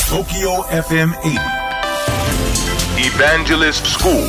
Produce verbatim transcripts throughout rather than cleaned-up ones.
トキオ エフエムはちじゅう Evangelist School、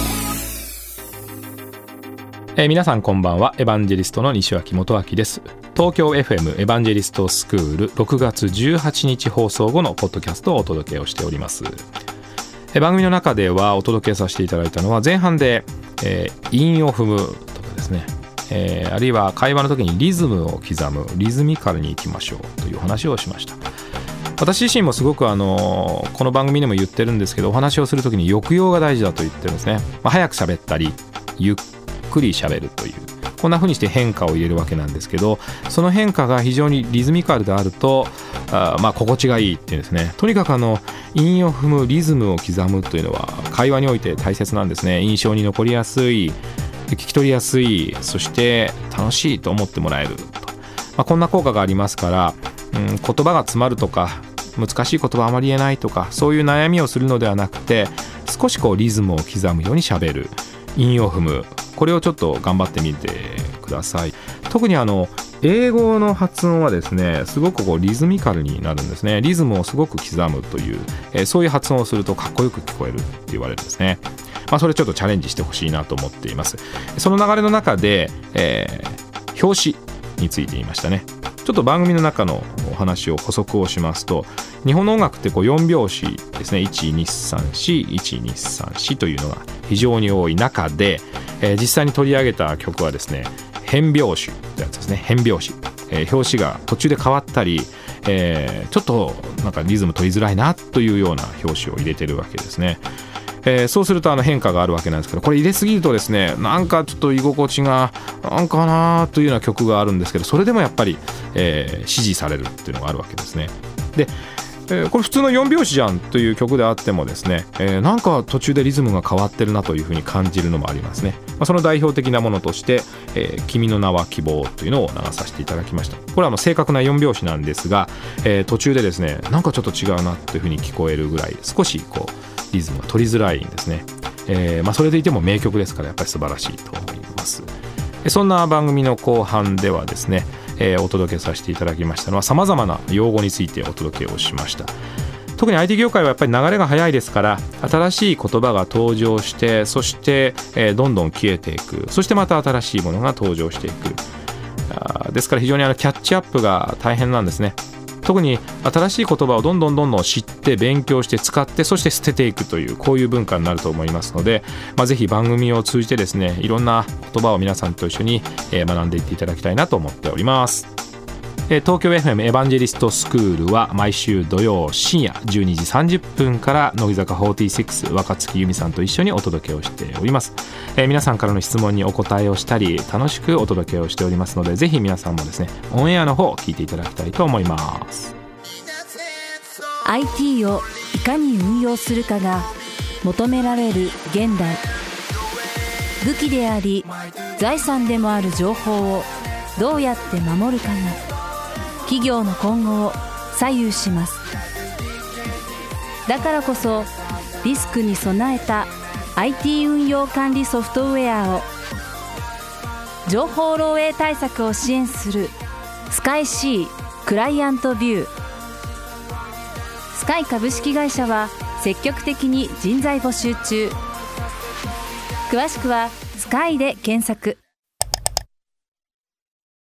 えー、皆さんこんばんは。エヴァンジェリストの西脇元明です。東京 エフエム エヴァンジェリストスクールろくがつじゅうはちにち放送後のポッドキャストをお届けをしております。えー、番組の中ではお届けさせていただいたのは前半で、えー、韻を踏むとかですね、えー、あるいは会話の時にリズムを刻むリズミカルに行きましょうという話をしました。私自身もすごくあのこの番組でも言ってるんですけど、お話をする時に抑揚が大事だと言ってるんですね。まあ、早く喋ったりゆっくり喋るという、こんな風にして変化を入れるわけなんですけど、その変化が非常にリズミカルであるとあまあ心地がいいっていうんですね。とにかくあの韻を踏むリズムを刻むというのは会話において大切なんですね。印象に残りやすい、聞き取りやすい、そして楽しいと思ってもらえると、まあ、こんな効果がありますから、うん、言葉が詰まるとか難しい言葉あまり言えないとか、そういう悩みをするのではなくて、少しこうリズムを刻むように喋る、韻を踏む、これをちょっと頑張ってみてください。特にあの英語の発音はですね、すごくこうリズミカルになるんですね。リズムをすごく刻むという、えー、そういう発音をするとかっこよく聞こえるって言われるんですね。まあ、それちょっとチャレンジしてほしいなと思っています。その流れの中で、えー、表紙について言いましたね。ちょっと番組の中のお話を補足をしますと、日本の音楽ってこうよんびょうしですね、いちにさんよん、いちにさんよんというのが非常に多い中で、えー、実際に取り上げた曲はですね、変拍子ってやつですね。変拍子、えー、表紙が途中で変わったり、えー、ちょっとなんかリズム取りづらいなというような表紙を入れてるわけですね。えー、そうするとあの変化があるわけなんですけど、これ入れすぎるとですね、なんかちょっと居心地がなんかなというような曲があるんですけど、それでもやっぱり、えー、支持されるっていうのがあるわけですね。で、えー、これ普通のよんびょうしじゃんという曲であってもですね、えー、なんか途中でリズムが変わってるなというふうに感じるのもありますね。まあ、その代表的なものとして、えー、君の名は希望というのを流させていただきました。これはあの正確なよんびょうしなんですが、えー、途中でですね、なんかちょっと違うなというふうに聞こえるぐらい少しこうリズムが取りづらいんですね。えーまあ、それでいても名曲ですからやっぱり素晴らしいと思います。そんな番組の後半ではですね、えー、お届けさせていただきましたのは様々な用語についてお届けをしました。特に アイティー 業界はやっぱり流れが早いですから、新しい言葉が登場して、そして、えー、どんどん消えていく、そしてまた新しいものが登場していく。あですから非常にあのキャッチアップが大変なんですね。特に新しい言葉をどんどんどんどん知って勉強して使って、そして捨てていくという、こういう文化になると思いますので、まあ、ぜひ番組を通じてですね、いろんな言葉を皆さんと一緒に学んでいっていただきたいなと思っております。東京 エフエム エヴァンジェリストスクールは毎週土曜深夜じゅうにじさんじゅっぷんから乃木坂フォーティーシックス若月由美さんと一緒にお届けをしております。えー、皆さんからの質問にお答えをしたり楽しくお届けをしておりますので、ぜひ皆さんもですね、オンエアの方を聞いていただきたいと思います。 アイティー をいかに運用するかが求められる現代。武器であり財産でもある情報をどうやって守るかが企業の今後を左右します。だからこそリスクに備えた アイティー 運用管理ソフトウェアを、情報漏洩対策を支援するスカイ C クライアントビュー。スカイ株式会社は積極的に人材募集中。詳しくはスカイで検索。